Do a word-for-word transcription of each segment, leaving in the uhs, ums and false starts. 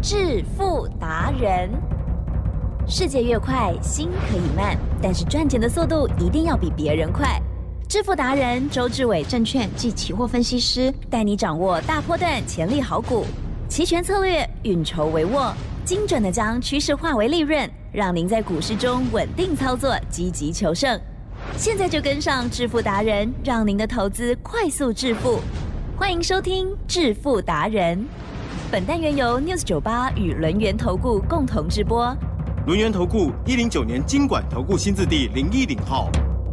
致富达人。世界越快，心可以慢，但是赚钱的速度一定要比别人快。致富达人周志伟证券及期货分析师带你掌握大波段潜力好股，期权策略运筹帷幄，精准的将趋势化为利润，让您在股市中稳定操作，积极求胜。现在就跟上致富达人，让您的投资快速致富。欢迎收听致富达人。本单元由 News 九十八与轮源投顾共同直播。 轮源投顾一零九年金管投顾新字第零一零号。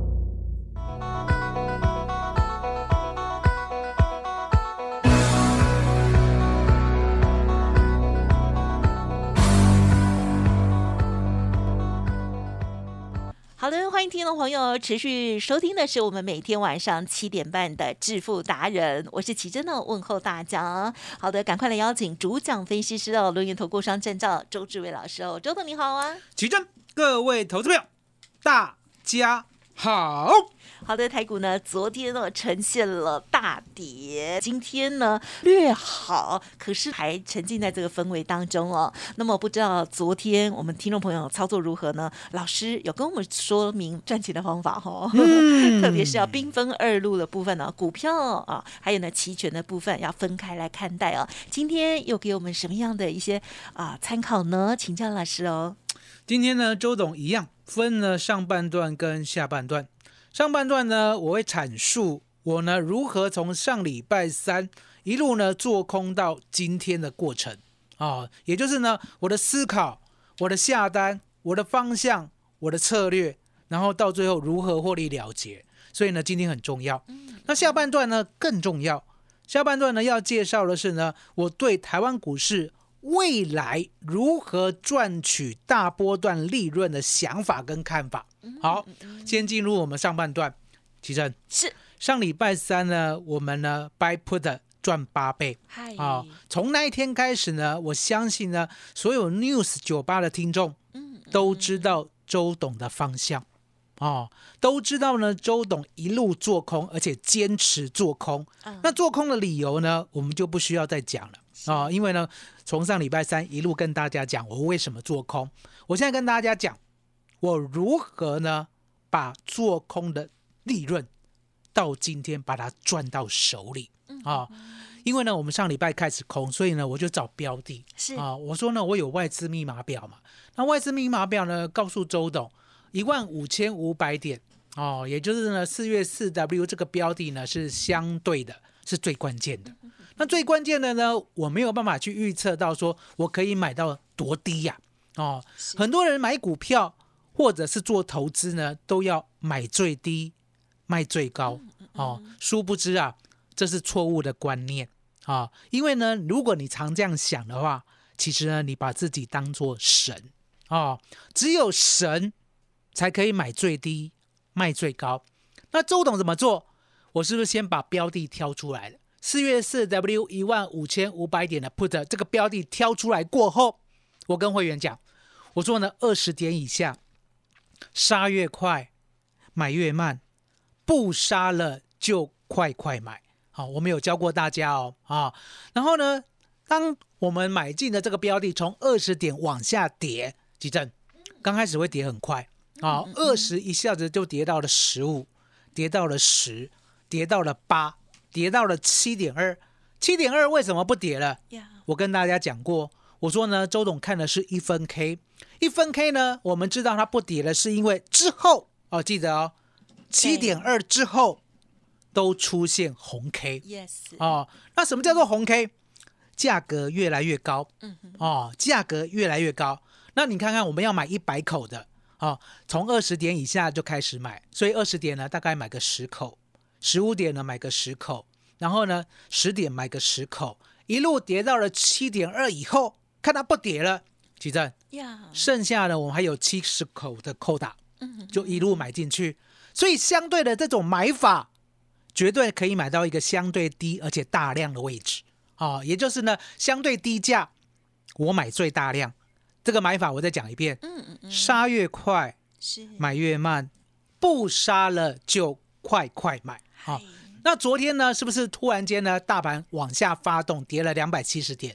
好的，欢迎听众朋友持续收听的是我们每天晚上七点半的致富达人，我是奇珍呢，问候大家。好的，赶快来邀请主讲分析师哦，轮源投顾商证照周志伟老师哦，周董你好啊。 奇珍，各位投资朋友，大家好。 好的，台股呢昨天呢呈现了大跌，今天呢略好，可是还沉浸在这个氛围当中哦。那么不知道昨天我们听众朋友操作如何呢？老师有跟我们说明赚钱的方法哦，嗯、特别是要兵分二路的部分呢、哦，股票啊，还有呢期权的部分要分开来看待哦。今天又给我们什么样的一些啊参考呢？请教老师哦。 今天呢，周董一样分了上半段跟下半段。上半段呢，我会阐述我呢如何从上礼拜三一路呢做空到今天的过程啊、哦，也就是呢我的思考、我的下单、我的方向、我的策略，然后到最后如何获利了结。所以呢，今天很重要。那下半段呢更重要。下半段呢要介绍的是呢，我对台湾股市未来如何赚取大波段利润的想法跟看法。好，先进入我们上半段。奇珍， 是上礼拜三呢，我们呢 buy put 赚八倍。啊，从那一天开始呢，我相信呢，所有 News 九十八的听众都知道周董的方向。哦，都知道呢，周董一路做空，而且坚持做空。嗯、那做空的理由呢，我们就不需要再讲了啊、哦，因为呢，从上礼拜三一路跟大家讲我为什么做空，我现在跟大家讲我如何呢把做空的利润到今天把它赚到手里啊、哦。因为呢，我们上礼拜开始空，所以呢，我就找标的是啊、哦。我说呢，我有外资密码表嘛，那外资密码表呢，告诉周董。一万五千五百点哦，也就是呢四月四 W 这个标的呢是相对的，是最关键的。那最关键的呢，我没有办法去预测到说我可以买到多低呀、啊、哦。很多人买股票或者是做投资呢，都要买最低卖最高哦。殊不知啊，这是错误的观念啊、哦。因为呢，如果你常这样想的话，其实呢，你把自己当作神哦，只有神才可以买最低卖最高。那周董怎么做？我是不是先把标的挑出来了？四月四 W 一万五千五百点的 put 这个标的挑出来过后，我跟会员讲，我说呢二十点以下杀越快买越慢，不杀了就快快买。好，我们有教过大家哦啊。然后呢，当我们买进的这个标的从二十点往下跌，急震刚开始会跌很快。啊，二十一下子就跌到了十五，跌到了十，跌到了八，跌到了七点二，七点二为什么不跌了？ Yeah. 我跟大家讲过，我说呢，周董看的是一分 K， 一分 K 呢，我们知道它不跌了，是因为之后哦，记得哦，七点二之后都出现红 K，Yes， 哦，那什么叫做红 K？ 价格越来越高，哦，价格越来越高。那你看看，我们要买一百口的。哦，从二十点以下就开始买，所以二十点呢大概买个十口，十五点呢买个十口，然后呢十点买个十口，一路跌到了七点二以后，看它不跌了，奇正， yeah. 剩下的我们还有七十口的扣打，就一路买进去，所以相对的这种买法，绝对可以买到一个相对低而且大量的位置，哦，也就是呢相对低价，我买最大量。这个买法我再讲一遍，嗯嗯嗯，杀越快是买越慢，不杀了就快快买、哦、那昨天呢是不是突然间呢大盘往下发动，跌了两百七十点，嗯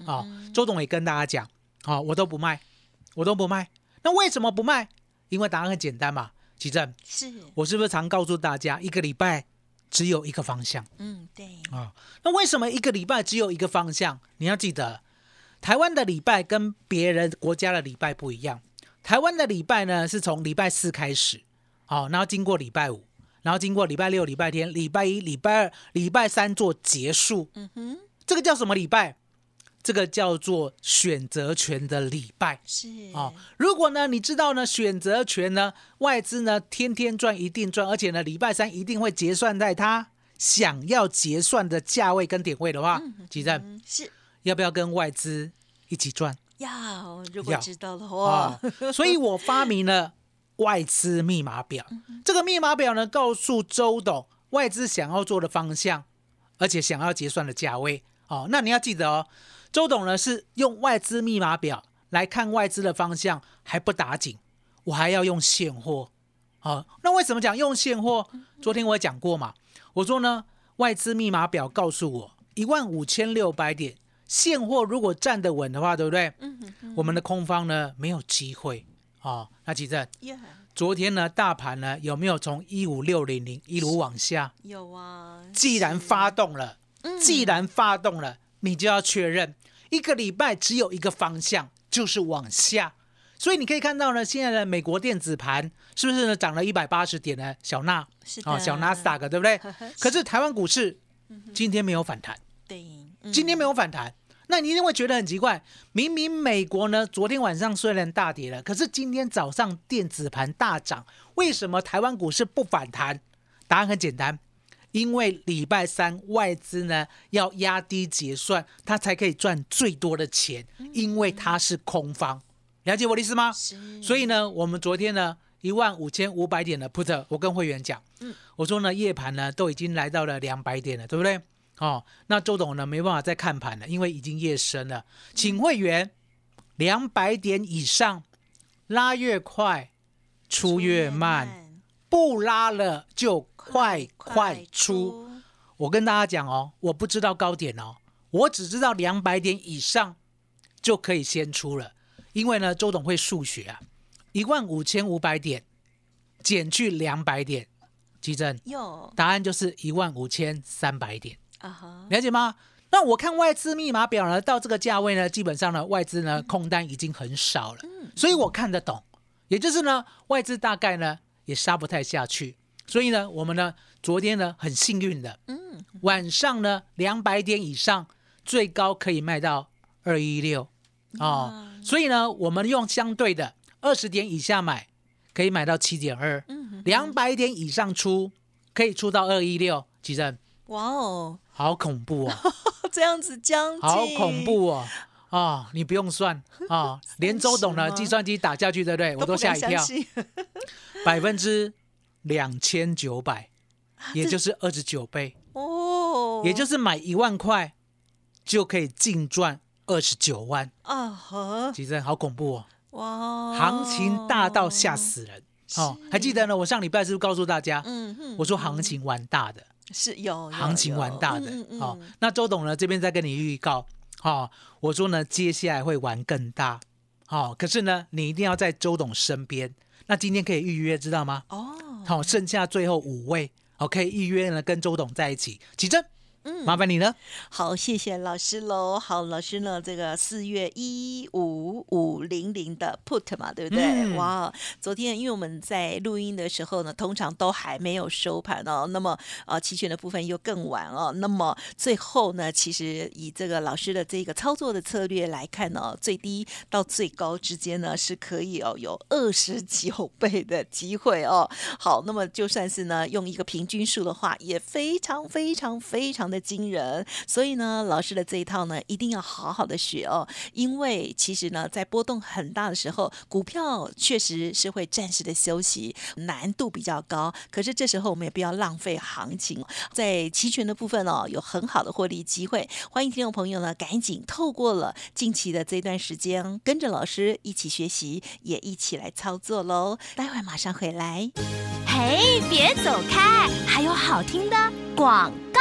啊，周董也跟大家讲，啊，我都不卖，我都不卖。那为什么不卖？因为答案很简单嘛，奇正， 是我是不是常告诉大家，一个礼拜只有一个方向？ 嗯，对啊，那为什么一个礼拜只有一个方向？你要记得，台湾的礼拜跟别人国家的礼拜不一样。台湾的礼拜呢，是从礼拜四开始，好，然后经过礼拜五，然后经过礼拜六、礼拜天、礼拜一、礼拜二、礼拜三做结束。嗯哼，这个叫什么礼拜？这个叫做选择权的礼拜。 是哦，如果呢，你知道呢，选择权呢，外资呢天天赚，一定赚，而且呢，礼拜三一定会结算在它想要结算的价位跟点位的话，奇正、嗯、 是要不要跟外资一起赚？ 要，如果知道的话、 哦。所以我发明了外资密码表。这个密码表呢，告诉周董外资想要做的方向，而且想要结算的价位。哦，那你要记得哦。周董呢是用外资密码表来看外资的方向，还不打紧，我还要用现货。好，那为什么讲用现货？昨天我也讲过嘛，我说呢，外资密码表告诉我一万五千六百点，现货如果站得稳的话，对不对？我们的空方呢没有机会。哦，那奇正， yeah. 昨天呢大盘呢有没有从一五六零零一路往下？ 有啊。 既然发动了，既然发动了，你就要确认。一个礼拜只有一个方向，就是往下。所以你可以看到呢，现在的美国电子盘是不是呢涨了一百八十点呢？小纳， 是的、 哦、小纳斯达克，对不对？可是台湾股市今天没有反弹， 对、嗯， 今天没有反弹。那你一定会觉得很奇怪，明明美国呢昨天晚上虽然大跌了，可是今天早上电子盘大涨，为什么台湾股市不反弹？答案很简单。因为礼拜三外资呢要压低结算，它才可以赚最多的钱，因为它是空方，了解我的意思吗？所以呢，我们昨天呢一万五千五百点的 put， 我跟会员讲，嗯、我说呢夜盘呢都已经来到了两百点了，对不对？哦，那周董呢没办法再看盘了，因为已经夜深了，请会员两百点以上，拉越快，出越慢。不拉了就快快出。我跟大家讲哦，我不知道高点哦，我只知道两百点以上就可以先出了。因为呢，周董会数学啊，一万五千五百点减去两百点，基正，答案就是一万五千三百点。Uh-huh. 了解吗？那我看外资密码表呢，到这个价位呢，基本上呢，外资呢空单已经很少了，所以我看得懂。也就是呢，外资大概呢。也杀不太下去，所以呢，我们呢昨天呢很幸运的，嗯，晚上呢两百点以上，最高可以卖到二一六哦，所以呢，我们用相对的二十点以下买，可以买到七点二，两百点以上出，可以出到二一六，奇正， 哇哦， 好恐怖哦， 这样子将近， 好恐怖哦。哦，你不用算啊、哦，连周董呢计算机打下去，对不对？我都吓一跳，百分之两千九百，也就是二十九倍哦，也就是买一万块就可以净赚二十九万啊！呵，其实好恐怖哦！哇，行情大到吓死人哦！还记得呢？我上礼拜是不是告诉大家，嗯嗯，我说行情玩大的， 是有行情玩大的。嗯嗯哦，那周董呢这边再跟你预告。哦，我说呢，接下来会玩更大，哦，可是呢，你一定要在周董身边。那今天可以预约，知道吗？哦，好、哦，剩下最后五位，好、哦，可以预约呢，跟周董在一起。起真，嗯，麻烦你了。 好，谢谢老师喽。好，老师呢，这个四月一五五零零的 put 嘛，对不对？嗯、哇，昨天因为我们在录音的时候呢，通常都还没有收盘哦。那么呃，期权的部分又更晚哦。那么最后呢，其实以这个老师的这个操作的策略来看呢、哦，最低到最高之间呢，是可以哦有二十九倍的机会哦。好，那么就算是呢用一个平均数的话，也非常非常非常的惊人。所以呢，老师的这一套呢，一定要好好的学哦。因为其实呢，在波动很大的时候，股票确实是会暂时的休息，难度比较高。可是这时候我们也不要浪费行情，在期权的部分哦，有很好的获利机会。欢迎听众朋友呢，赶紧透过了近期的这段时间，跟着老师一起学习，也一起来操作喽。待会儿马上回来。 嘿，别走开，还有好听的广告。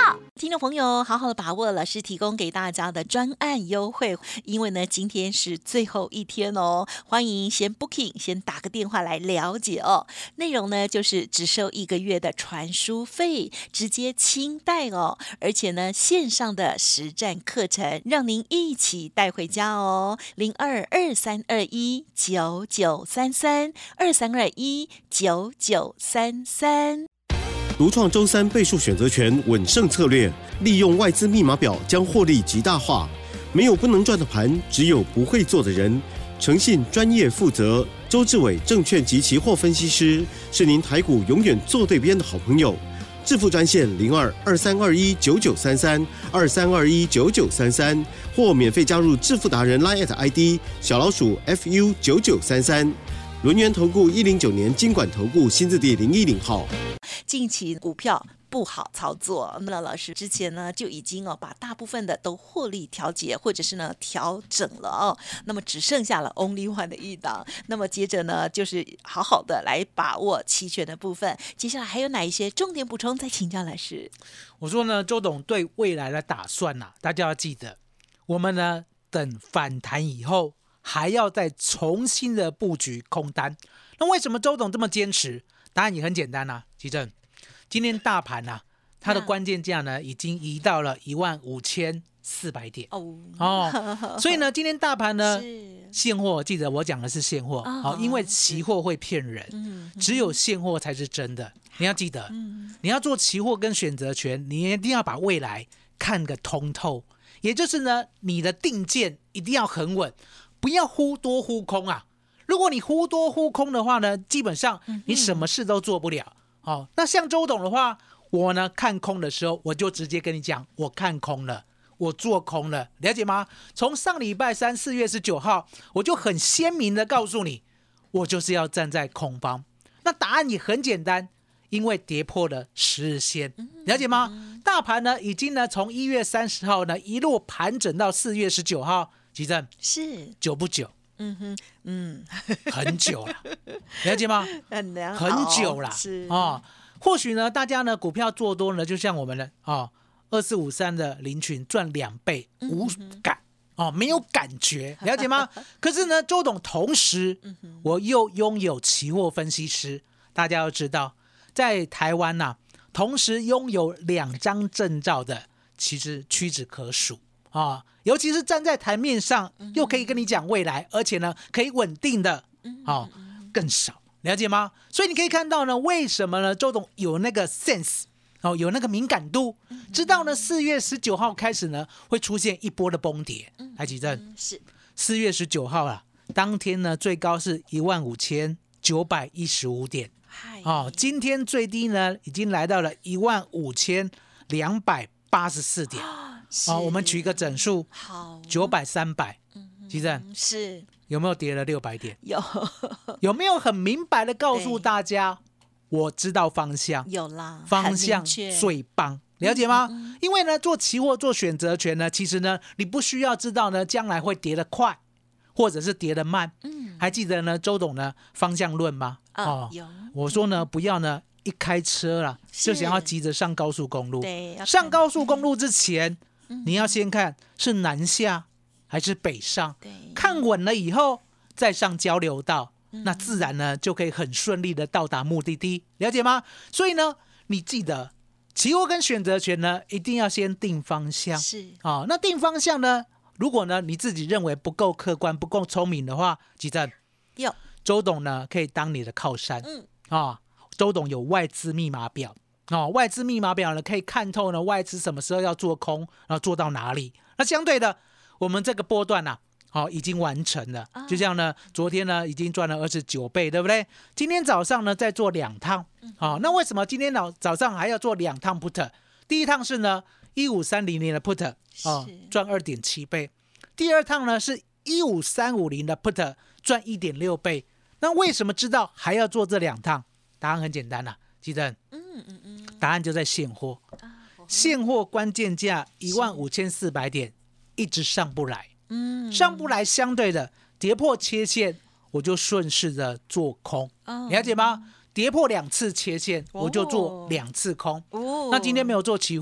听众朋友好好的把握老师提供给大家的专案优惠，因为呢今天是最后一天哦，欢迎先 booking 先打个电话来了解哦。内容呢就是只收一个月的传输费，直接清带哦，而且呢线上的实战课程让您一起带回家哦。零二二三二一九九三三二三二一九九三三。 独创周三倍数选择权稳胜策略，利用外资密码表将获利极大化。没有不能赚的盘，只有不会做的人。诚信、专业、负责，周志伟证券及期货分析师是您台股永远坐对边的好朋友。致富专线零二二三二一九九三三二三二一九九三三，或免费加入致富达人 Line at I D 小老鼠 F U 九九三三。轮源投顾一零九年金管投顾新字第零一零号。 近期股票不好操作，那老师之前呢就已经哦把大部分的都获利调节或者是呢调整了哦，那么只剩下了 only one 的一档，那么接着呢就是好好的来把握期权的部分，接下来还有哪一些重点补充？再请教老师。 我说呢，周董对未来的打算呐、啊，大家要记得，我们呢等反弹以后还要再重新的布局空单。那为什么周董这么坚持？答案也很简单啊，奇正，今天大盘啊，它的关键价呢已经移到了一万五千四百点哦哦，所以呢，今天大盘呢现货，记得我讲的是现货，好、哦，因为期货会骗人，嗯、只有现货才是真的。你要记得，嗯、你要做期货跟选择权，你一定要把未来看个通透，也就是呢，你的定见一定要很稳，不要忽多忽空啊。如果你忽多忽空的话呢，基本上你什么事都做不了。哦，那像周董的话，我呢看空的时候，我就直接跟你讲，我看空了，我做空了，了解吗？从上礼拜三四月十九号，我就很鲜明的告诉你，我就是要站在空方。那答案也很简单，因为跌破了十日线，了解吗？大盘呢已经呢从一月三十号呢一路盘整到四月十九号，奇正是久不久？ 嗯哼，嗯， 很久了，了解吗？ 很良好，很久了， 是啊、哦。或许呢，大家呢股票做多呢，就像我们的哦二四五三的林群赚两倍，无感、嗯、哦，没有感觉，了解吗？可是呢，周董同时我又拥有期货分析师，大家要知道，在台湾呐、啊，同时拥有两张证照的，其实屈指可数。啊、哦，尤其是站在台面上，又可以跟你讲未来，而且呢，可以稳定的，哦，更少，了解吗？所以你可以看到呢，为什么呢？周董有那个 sense， 哦，有那个敏感度，知道呢，四月十九号开始呢，会出现一波的崩跌。台积电是四月十九号啊，当天呢最高是一万五千九百一十五点，哦，今天最低呢已经来到了一万五千两百八十四点。哦，我们取一个整数， 好， 九百三百，奇正是有没有跌了六百点？ 有， 有没有很明白的告诉大家，我知道方向？ 有啦， 方向最棒，了解吗？嗯嗯、因为呢，做期货做选择权呢，其实呢，你不需要知道呢，将来会跌得快，或者是跌得慢。嗯，还记得呢，周董呢方向论吗？ 啊、哦，有。 我说呢，不要呢一开车啦，就想要急着上高速公路。 对， 上高速公路之前。你要先看是南下还是北上，看稳了以后再上交流道，嗯、那自然呢就可以很顺利的到达目的地，了解吗？所以呢，你记得期货跟选择权呢，一定要先定方向。 是啊、哦，那定方向呢，如果呢你自己认为不够客观、不够聪明的话，记得有周董呢可以当你的靠山。嗯啊、哦，周董有外资密码表。哦，外资密码表呢，可以看透呢外资什么时候要做空，然后做到哪里。那相对的，我们这个波段呢、啊，哦，已经完成了。啊、就像呢，昨天呢已经赚了二十九倍，对不对？今天早上呢再做两趟。哦，那为什么今天早早上还要做两趟 put？ 第一趟是呢一五三零零的 put， 哦，赚二点七倍。第二趟呢是一五三五零的 put， 赚一点六倍。那为什么知道还要做这两趟？答案很简单啦、啊，记得。嗯嗯嗯。答案就在现货，现货关键价一万五千四百点，一直上不来，嗯，上不来，相对的跌破切线，我就顺势的做空，哦、了解吗？跌破两次切线，我就做两次空。哦、那今天没有做期货，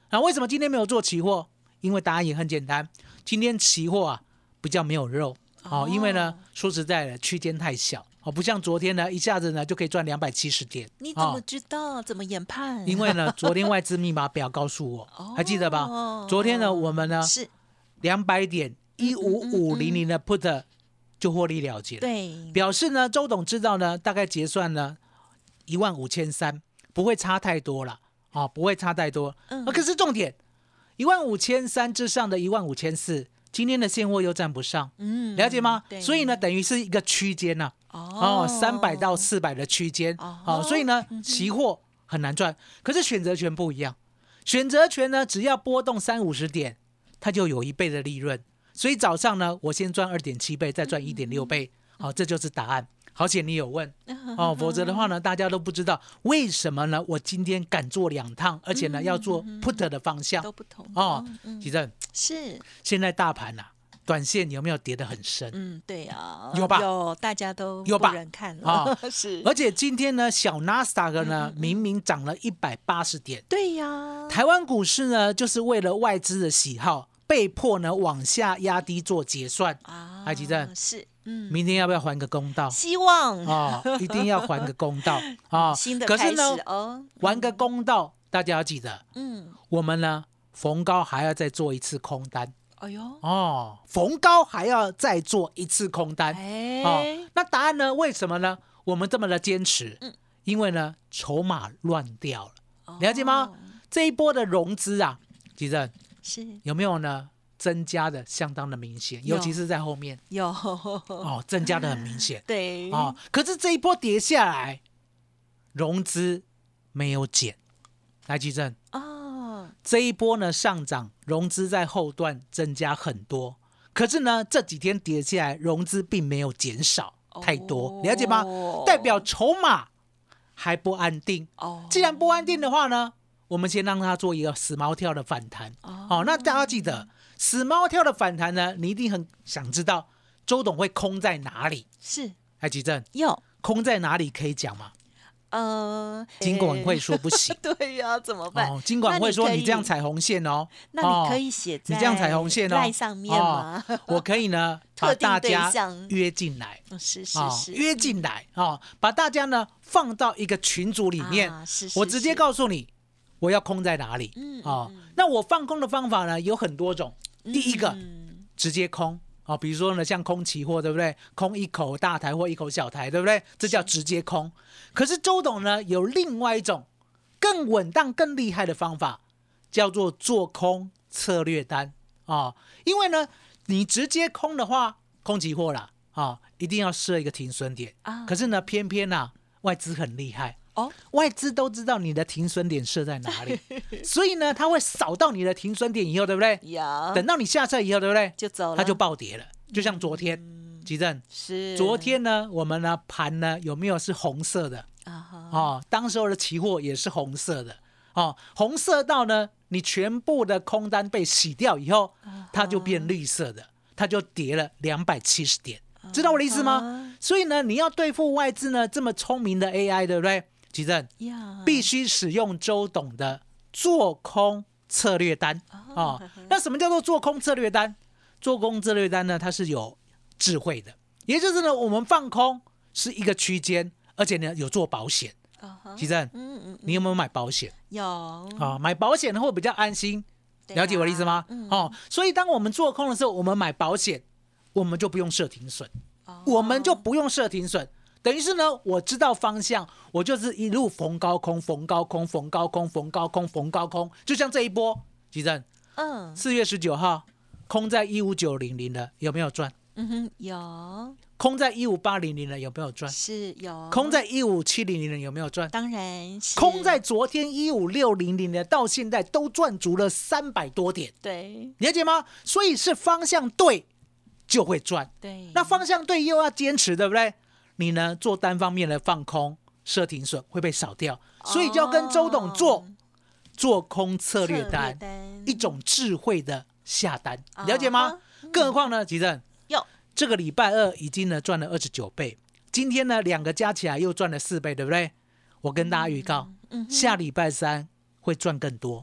那为什么今天没有做期货？因为答案也很简单，今天期货啊比较没有肉哦，哦因为呢说实在的区间太小哦，不像昨天呢一下子呢就可以赚两百七十点。 你怎么知道？哦、怎么研判？ 因为呢昨天外资密码表告诉我，哦、还记得吧？昨天呢我们呢是两百点一五五零零的 put 就获利了结了， 对， 表示呢周董知道呢大概结算呢一万五千三，不会差太多了哦，不会差太多。嗯，可是重点。一万五千三之上的一万五千四，今天的现货又站不上，嗯，了解吗？所以呢，等于是一个区间呐、啊，哦，三百到四百的区间，哦，哦所以呢，嗯、期货很难赚，可是选择权不一样，选择权呢，只要波动三五十点，它就有一倍的利润，所以早上呢，我先赚二点七倍，再赚一点六倍，好、哦，这就是答案。好险你有问哦，否则的话呢，大家都不知道为什么呢？我今天敢做两趟，而且呢要做 put 的方向都不同哦。其正是现在大盘啊，短线有没有跌得很深？ 嗯，对啊， 有吧？ 有，大家都有吧？ 不忍看了啊， 是。 而且今天呢，小纳斯达克呢明明涨了一百八十点， 对呀。 台湾股市呢，就是为了外资的喜好，被迫呢往下压低做结算啊。海基正是。嗯， 明天要不要还个公道？ 希望哦，一定要还个公道啊！ 哦、新的开始可是呢， 哦， 还个公道，大家要记得，嗯，我们呢逢高还要再做一次空单。 哎呦， 哦，逢高还要再做一次空单。 哎， 哦，那答案呢？为什么呢？我们这么的坚持，嗯，因为呢筹码乱掉了，哦、了解吗？这一波的融资啊，吉正是有没有呢？增加的相当的明显，尤其是在后面有哦，增加的很明显。 对哦，可是这一波跌下来，融资没有减，来吉正哦，这一波呢上涨，融资在后段增加很多，可是呢这几天跌下来，融资并没有减少太多，哦、了解吗？代表筹码还不安定。哦，既然不安定的话呢，我们先让它做一个死猫跳的反弹。哦，哦那大家记得。死猫跳的反弹呢，你一定很想知道周董会空在哪里？ 是， 海基正有空在哪里可以讲吗？ 呃， 金管会说不行。 对呀、啊，怎么办？ 哦，金管会说你这样踩红线哦， 那你可以写在你这样踩红线哦赖上面吗？ 哦、我可以呢把大家约进来， 是是是， 约进来哦，把大家呢放到一个群组里面， 啊、是是是我直接告诉你我要空在哪里。嗯哦，那我放空的方法呢有很多种。第一个、嗯、直接空、哦、比如说呢像空期货对不对，空一口大台或一口小台对不对，这叫直接空。可是周董呢有另外一种更稳当更厉害的方法，叫做做空策略单、哦、因为呢你直接空的话，空期货啦、哦、一定要设一个停损点、啊、可是呢偏偏啊外资很厉害哦，外资都知道你的停损点设在哪里，所以呢，他会扫到你的停损点以后，对不对？等到你下车以后，对不对？ 就走了， 他就暴跌了。就像昨天，吉正是昨天呢，我们呢盘呢有没有是红色的啊？哦，当时候的期货也是红色的哦，红色到呢，你全部的空单被洗掉以后，它就变绿色的，它就跌了两百七十点，知道我的意思吗？所以呢，你要对付外资呢这么聪明的 A I， 对不对？吉正必须使用周董的做空策略单、哦、那什么叫做做空策略单？做空策略单呢，它是有智慧的，也就是呢，我们放空是一个区间，而且呢有做保险。吉正，你有没有买保险？ 有、 哦、买保险会比较安心，了解我的意思吗？嗯哦、所以当我们做空的时候，我们买保险，我们就不用设停损、哦、我们就不用设停损。等于是呢，我知道方向，我就是一路逢高空，逢高空，逢高空，逢高空，逢高空，就像这一波，吉正，嗯，四月十九号空在一五九零零的有没有赚？ 嗯哼，有。 空在一五八零零的有没有赚？ 是有。 空在一五七零零的有没有赚？ 当然是。 空在昨天一五六零零的到现在都赚足了三百多点， 对， 了解吗？所以是方向对就会赚， 对， 那方向对又要坚持，对不对？你呢做单方面的放空设停损会被扫掉，所以就要跟周董做、哦、做空策略 单, 策略单一种智慧的下单，了解吗？哦、更何况呢，吉正，这个礼拜二已经呢赚了二十九倍，今天呢两个加起来又赚了四倍，对不对？我跟大家预告、嗯嗯、下礼拜三会赚更多。哦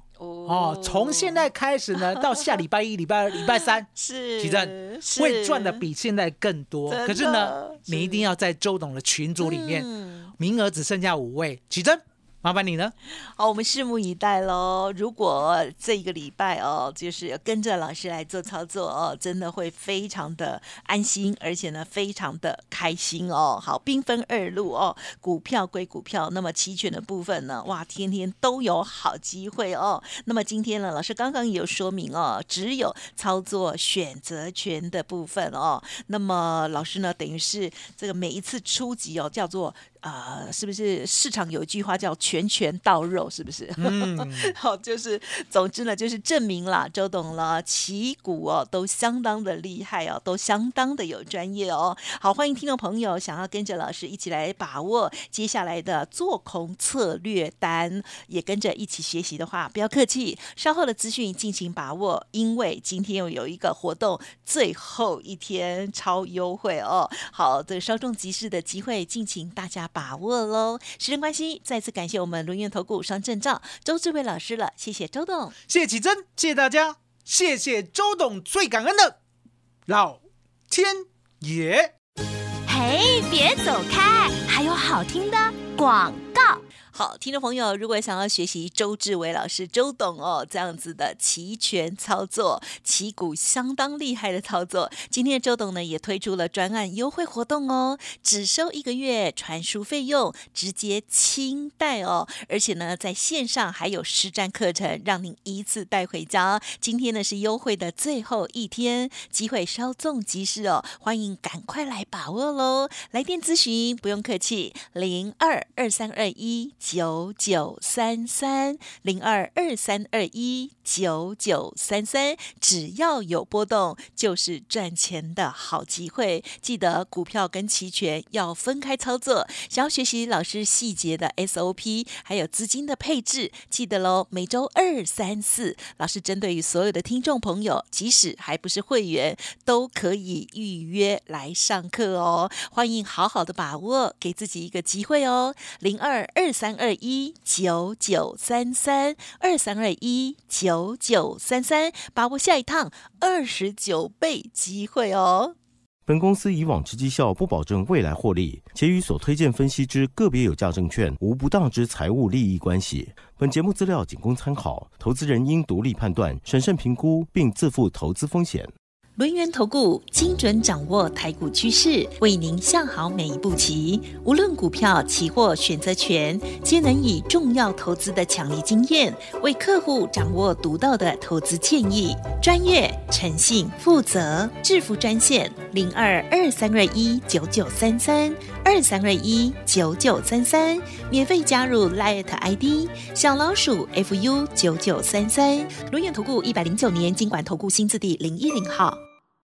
哦，从现在开始呢，到下礼拜一、礼拜二、礼拜三， 是启正会赚的比现在更多。可是呢，你一定要在周董的群组里面，嗯、名额只剩下五位，启正。麻烦你呢？ 好，我们拭目以待喽。如果这一个礼拜哦，就是跟着老师来做操作哦，真的会非常的安心，而且呢，非常的开心哦。好，兵分二路哦，股票归股票，那么期权的部分呢，哇，天天都有好机会哦。那么今天呢，老师刚刚也有说明哦，只有操作选择权的部分哦。那么老师呢，等于是这个每一次出击哦，叫做。呃，是不是市场有一句话叫拳拳到肉，是不是？嗯，好，就是总之呢，就是证明了周董了，旗鼓哦都相当的厉害哦，都相当的有专业哦。好，欢迎听众朋友想要跟着老师一起来把握接下来的做空策略单，也跟着一起学习的话，不要客气，稍后的资讯进行把握，因为今天又有一个活动，最后一天超优惠哦。好，这稍纵即逝的机会，敬请大家把握喽！时间关系，再次感谢我们轮源投顾双证照周志伟老师了，谢谢周董， 谢谢启真，谢谢大家，谢谢周董，最感恩的老天爷。 嘿，别走开，还有好听的广告。 好，听众朋友，如果想要学习周志伟老师周董哦这样子的期权操作，旗鼓相当厉害的操作，今天周董呢也推出了专案优惠活动哦，只收一个月传输费用，直接清贷哦，而且呢在线上还有实战课程，让您一次带回家。今天呢是优惠的最后一天，机会稍纵即逝哦，欢迎赶快来把握喽！来电咨询不用客气，零二二三二一九九三三零二二三二一九九三三，只要有波动就是赚钱的好机会。记得股票跟期权要分开操作，想要学习老师细节的 S O P， 还有资金的配置，记得喽。每周二、三、四，老师针对于所有的听众朋友，即使还不是会员，都可以预约来上课哦。欢迎好好的把握，给自己一个机会哦。零二二三二一九九三三二三二一九九三三，把握下一趟二十九倍机会哦。 本公司以往之绩效不保证未来获利，且与所推荐分析之个别有价证券无不当之财务利益关系。本节目资料仅供参考，投资人应独立判断、审慎评估，并自负投资风险。 轮源投顾精准掌握台股趋势，为您下好每一步棋。无论股票、期货、选择权，皆能以重要投资的强力经验，为客户掌握独到的投资建议。专业、诚信、负责，致富专线零二二三二一九九三三二三二一九九三三，免费加入 Line I D 小老鼠 F U 九九三三。轮源投顾一百零九年金管投顾新字第零一零号。